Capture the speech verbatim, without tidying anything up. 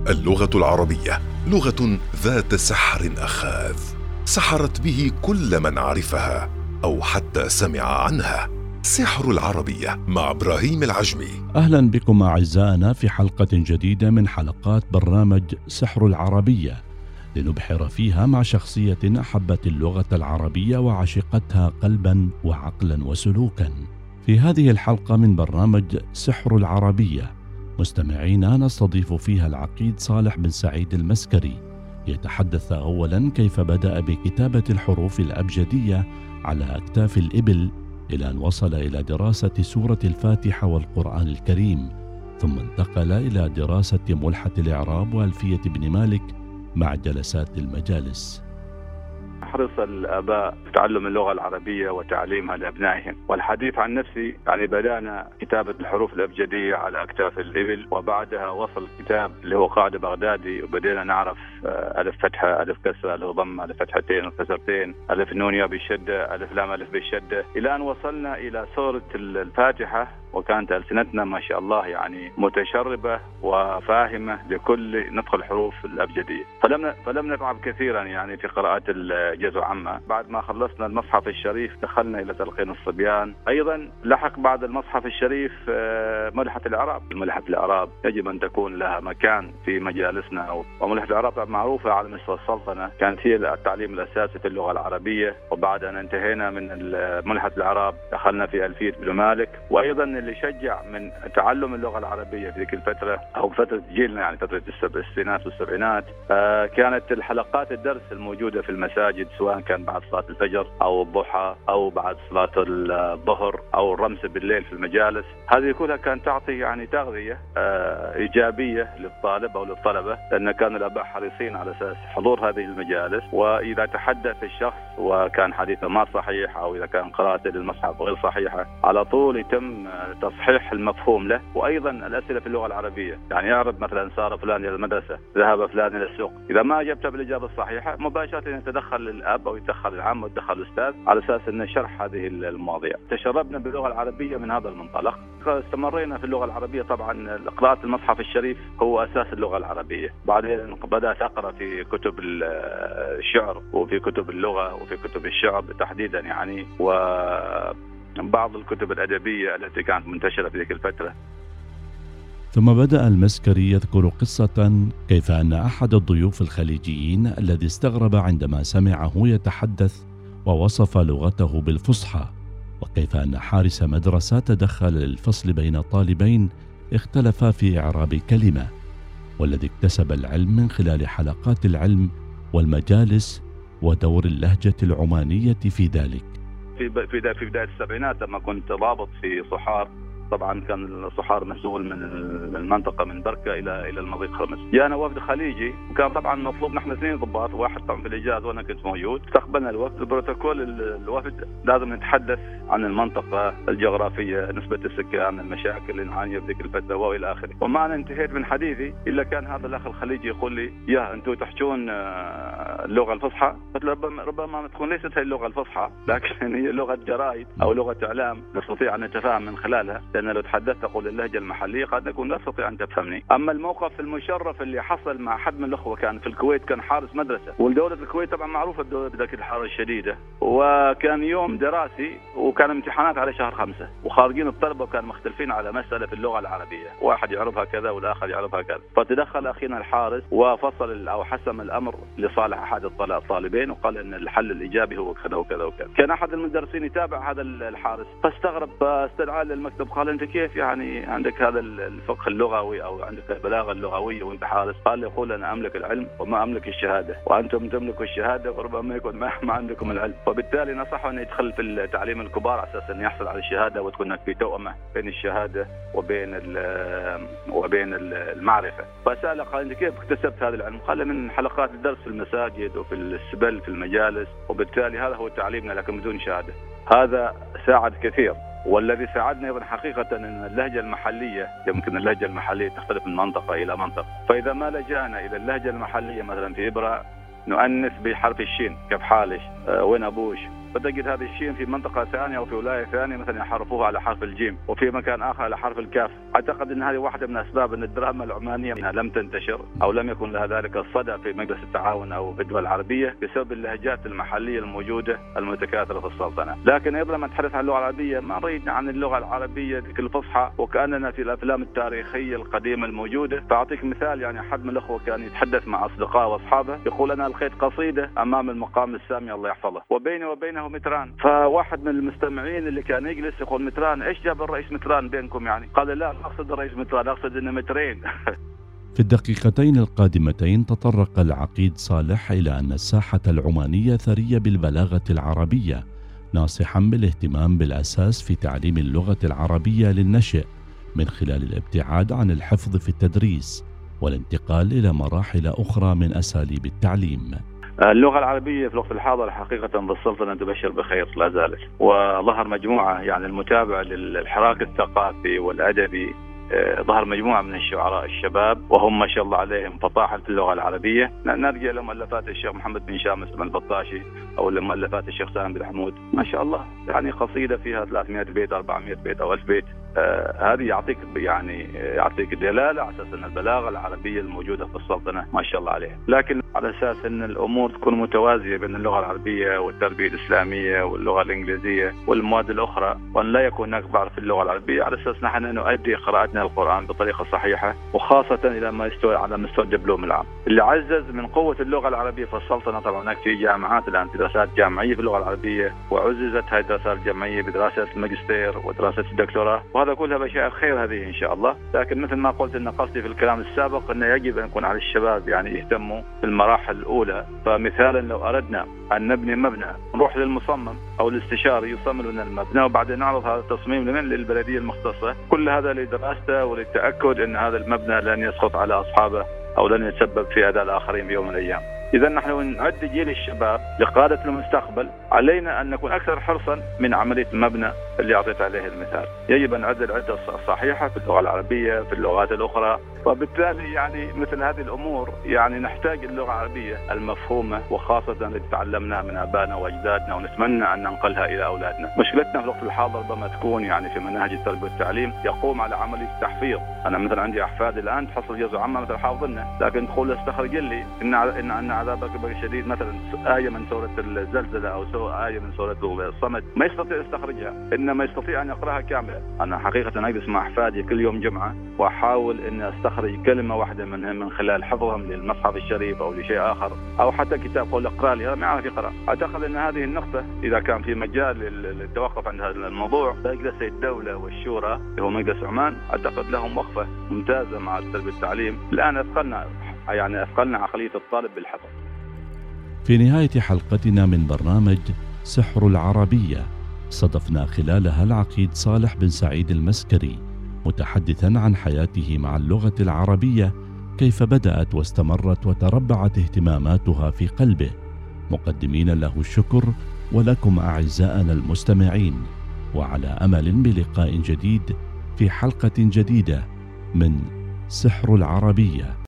اللغة العربية لغة ذات سحر أخاذ، سحرت به كل من عرفها أو حتى سمع عنها. سحر العربية مع إبراهيم العجمي. أهلا بكم أعزائنا في حلقة جديدة من حلقات برنامج سحر العربية، لنبحر فيها مع شخصية أحبت اللغة العربية وعشقتها قلبا وعقلا وسلوكا. في هذه الحلقة من برنامج سحر العربية مستمعينا نستضيف فيها العقيد صالح بن سعيد المسكري، يتحدث أولا كيف بدأ بكتابة الحروف الأبجدية على أكتاف الإبل إلى أن وصل إلى دراسة سورة الفاتحة والقرآن الكريم، ثم انتقل إلى دراسة ملحة الإعراب وألفية ابن مالك مع جلسات المجالس. حرص الآباء في تعلم اللغة العربية وتعليمها لأبنائهم. والحديث عن نفسي يعني بدأنا كتابة الحروف الأبجدية على أكتاف الإبل، وبعدها وصل الكتاب اللي هو قاعدة بغدادي، وبدينا نعرف ألف فتحة، ألف كسرة، ألف ضمة، ألف فتحتين وكسرتين، ألف نون ياء بالشدة، ألف لام ألف بالشدة، إلى أن وصلنا إلى سورة الفاتحة. وكانت ألسنتنا ما شاء الله يعني متشربة وفاهمة لكل نطق الحروف الأبجدية، فلم فلم نتعب كثيرا يعني في قراءة الجزء عامة. بعد ما خلصنا المصحف الشريف دخلنا إلى تلقين الصبيان. أيضا لحق بعد المصحف الشريف ملحة الإعراب. ملحة الإعراب يجب أن تكون لها مكان في مجالسنا، وملحة الإعراب معروفة على مستوى السلطنة، كانت هي التعليم الأساسي في اللغة العربية. وبعد أن انتهينا من ملحة الإعراب دخلنا في ألفية ابن مالك. وأيضا اللي شجع من تعلم اللغة العربية في ذيك الفترة أو فترة جيلنا يعني فترة الستينات والسبعينات آه كانت الحلقات الدرس الموجودة في المساجد، سواء كان بعد صلاة الفجر أو الضحى أو بعد صلاة الظهر أو الرمس بالليل في المجالس. هذه كلها كانت تعطي يعني تغذية آه إيجابية للطالب أو للطلبة، لأن كان الآباء حريصين على أساس حضور هذه المجالس. وإذا تحدث الشخص وكان حديثه ما صحيح أو إذا كان قراءته للمصحف غير صحيحة، على طول يتم تصحيح المفهوم له. وأيضا الأسئلة في اللغة العربية، يعني يعرض مثلا سار فلان إلى المدرسة، ذهب فلان إلى السوق، إذا ما أجبت بالإجابة الصحيحة مباشرة يتدخل الأب أو يتدخل العام ويتدخل الأستاذ على أساس أن شرح هذه المواضيع. تشربنا باللغة العربية من هذا المنطلق. استمرينا في اللغة العربية. طبعا قراءة المصحف الشريف هو أساس اللغة العربية. بعدين بدأت أقرأ في كتب الشعر وفي كتب اللغة وفي كتب الشعر تحديدا يعني، و بعض الكتب الأدبية التي كانت منتشرة في ذيك الفترة. ثم بدأ المسكري يذكر قصة كيف أن أحد الضيوف الخليجيين الذي استغرب عندما سمعه يتحدث ووصف لغته بالفصحى، وكيف أن حارس مدرسة تدخل للفصل بين طالبين اختلفا في إعراب كلمة، والذي اكتسب العلم من خلال حلقات العلم والمجالس ودور اللهجة العمانية في ذلك. في في في بداية السبعينات لما كنت ضابط في صحار، طبعا كان الصحار مسؤول من المنطقة من بركة إلى إلى المضيق خمس. جاءنا وفد خليجي، وكان طبعا مطلوب نحن اثنين ضباط، واحد طبعا في الإجازة وأنا كنت موجود. استقبلنا الوفد. البروتوكول الوفد لازم نتحدث عن المنطقة الجغرافية، نسبة السكان، المشاكل اللي نعانيها في ذيك الفترة وإلى آخره. وما أنا انتهيت من حديثي إلا كان هذا الأخ الخليجي يقول لي: يا أنتم تحجون اللغة الفصحى؟ قلت له: ربما ربما تكون ليست هي اللغة الفصحى، لكن هي لغة جرائد أو لغة إعلام نستطيع أن نتفاهم من خلالها، لأن لو تحدثت أقول اللهجة المحلية قد أكون لا أستطيع أن تفهمني. أما الموقف المشرف اللي حصل مع أحد من الأخوة كان في الكويت، كان حارس مدرسة، والدولة الكويت طبعا معروفة بذلك الحرارة الشديدة، وكان يوم دراسي وكان امتحانات على شهر خمسة، وخارجين الطلبة وكان مختلفين على مسألة في اللغة العربية، واحد يعرفها كذا والآخر يعرفها كذا. فتدخل أخينا الحارس وفصل أو حسم الأمر لصالح أحد الطالبين، وقال أن الحل الإيجابي هو كذا وكذا وكذا. كان أحد المدرسين يتابع هذا الحارس، فاستغرب، فاستدعاه للمكتب، قال: أنت كيف يعني عندك هذا الفقه اللغوي أو عندك البلاغة اللغوية وأنت حارس؟ قال لي: يقول أنا أملك العلم وما أملك الشهادة، وأنتم تملكوا الشهادة وربما يكون ما, ما عندكم العلم. وبالتالي نصحه أن يدخل في التعليم الكبار على أساس أن يحصل على الشهادة، وتكون في توأمة بين الشهادة وبين وبين المعرفة. فسأله قال: أنت كيف اكتسبت هذا العلم؟ قال: من حلقات الدرس في المساجد وفي السبل في المجالس، وبالتالي هذا هو تعليمنا لكن بدون شهادة. هذا ساعد كثير. والذي ساعدنا أيضا حقيقة أن اللهجة المحلية، يمكن اللهجة المحلية تختلف من منطقة إلى منطقة، فإذا ما لجأنا إلى اللهجة المحلية مثلا في إبرة نؤنث بحرف الشين، كيف حالش، أه وين أبوش، فتجد هذه الشين في منطقة ثانية أو في ولاية ثانية مثلا يحرفوها على حرف الجيم، وفي مكان آخر على حرف الكاف. أعتقد أن هذه واحدة من أسباب أن الدراما العمانية لم تنتشر أو لم يكن لها ذلك الصدى في مجلس التعاون أو في الدول العربية بسبب اللهجات المحلية الموجودة المتكاثرة في السلطنة. لكن أيضا لما نتحدث عن اللغة العربية ما نريد عن اللغة العربية ذيك الفصحى وكأننا في الأفلام التاريخية القديمة الموجودة. فأعطيك مثال، يعني أحد من الأخوة كان يتحدث مع أصدقائه وأصحابه يقول أنا ألقيت قصيدة أمام المقام السامي الله يحفظه وبيني وبينه متران. فواحد من المستمعين اللي كان يجلس يقول متران، إيش جاب الرئيس متران بينكم؟ يعني قال لا لا أقصد الرئيس متران، أقصد إنه مترين. في الدقيقتين القادمتين تطرق العقيد صالح إلى أن الساحة العمانية ثرية بالبلاغة العربية، ناصحا بالاهتمام بالأساس في تعليم اللغة العربية للنشء من خلال الابتعاد عن الحفظ في التدريس والانتقال إلى مراحل أخرى من أساليب التعليم. اللغة العربية في الوقت الحاضر حقيقة بالسلطنة تبشر بخير لا زالت، وظهر مجموعة يعني المتابعة للحراك الثقافي والأدبي، ظهر مجموعة من الشعراء الشباب وهم ما شاء الله عليهم فطاحل في اللغة العربية. نرجع لمؤلفات الشيخ محمد بن شامس بن البطاشي أو لمؤلفات الشيخ سالم بن حمود، ما شاء الله يعني قصيدة فيها ثلاثمائة بيت أربعمائة بيت أو ألف بيت. آه هذه يعطيك يعني يعطيك دلالة على أساس أن البلاغة العربية الموجودة في السلطنة ما شاء الله عليها، لكن على أساس أن الأمور تكون متوازية بين اللغة العربية والتربية الإسلامية واللغة الإنجليزية والمواد الأخرى، وأن لا يكون هناك ضعف في اللغة العربية على أساس نحن نؤدي قراءتنا القرآن بطريقة صحيحة، وخاصة إلى ما يستوى على مستوى الدبلوم العام. اللي عزز من قوة اللغة العربية في السلطنة طبعا هناك في جامعات الآن في دراسات جامعية في اللغة العربية، وعززت هذه الدراسات الجامعية بدراسة الماجستير ودراسة الدكتوراه، وهذا كلها بشائر خير هذه إن شاء الله. لكن مثل ما قلت إن قصدي في الكلام السابق أنه يجب أن يكون على الشباب يعني يهتموا في المراحل الأولى. فمثالا لو أردنا أن نبني مبنى نروح للمصمم أو الاستشاري يصمم لنا المبنى وبعدين نعرض هذا التصميم لمن للبلدية المختصة، كل هذا لدراسته وللتأكد أن هذا المبنى لن يسقط على أصحابه أو لن يتسبب في أذى الآخرين بيوم من الأيام. إذا نحن نعد جيل الشباب لقادة المستقبل، علينا أن نكون أكثر حرصا من عملية المبنى اللي أعطيت عليه المثال. يجب أن نعد العدة الصحيحة في اللغة العربية في اللغات الأخرى، وبالتالي يعني مثل هذه الأمور يعني نحتاج اللغة العربية المفهومة وخاصة اللي تعلمناها من آبائنا وأجدادنا ونتمنى أن ننقلها إلى أولادنا. مشكلتنا في الوقت الحاضر ربما تكون يعني في مناهج التربية والتعليم يقوم على عملية تحفيظ. أنا مثلا عندي أحفاد الآن تحصل جزء عامة مثل حافظنا، لكن تقول استخرج لي إن إن أن عذابك بقى شديد مثلا آية من سورة الزلزلة أو سورة آية من سورة الصمد ما يستطيع يستخرجها، إنما يستطيع أن يقرأها كاملة. أنا حقيقة أجلس مع أحفادي كل يوم جمعة وأحاول إن أستخرج كلمة واحدة منهم من خلال حفظهم للمصحف الشريف أو لشيء آخر أو حتى كتاب قول اقرأ لي، ما يعرف يقرأ. أعتقد أن هذه النقطة إذا كان في مجال للتوقف عن هذا الموضوع مجلس الدولة والشورى اللي هو مجلس عمان أعتقد لهم وقفة ممتازة مع التربية والتعليم. الآن أثقلنا يعني أثقلنا عقلية الطالب بالحفظ. في نهاية حلقتنا من برنامج سحر العربية صدفنا خلالها العقيد صالح بن سعيد المسكري متحدثا عن حياته مع اللغة العربية، كيف بدأت واستمرت وتربعت اهتماماتها في قلبه، مقدمين له الشكر ولكم أعزائنا المستمعين، وعلى أمل بلقاء جديد في حلقة جديدة من سحر العربية.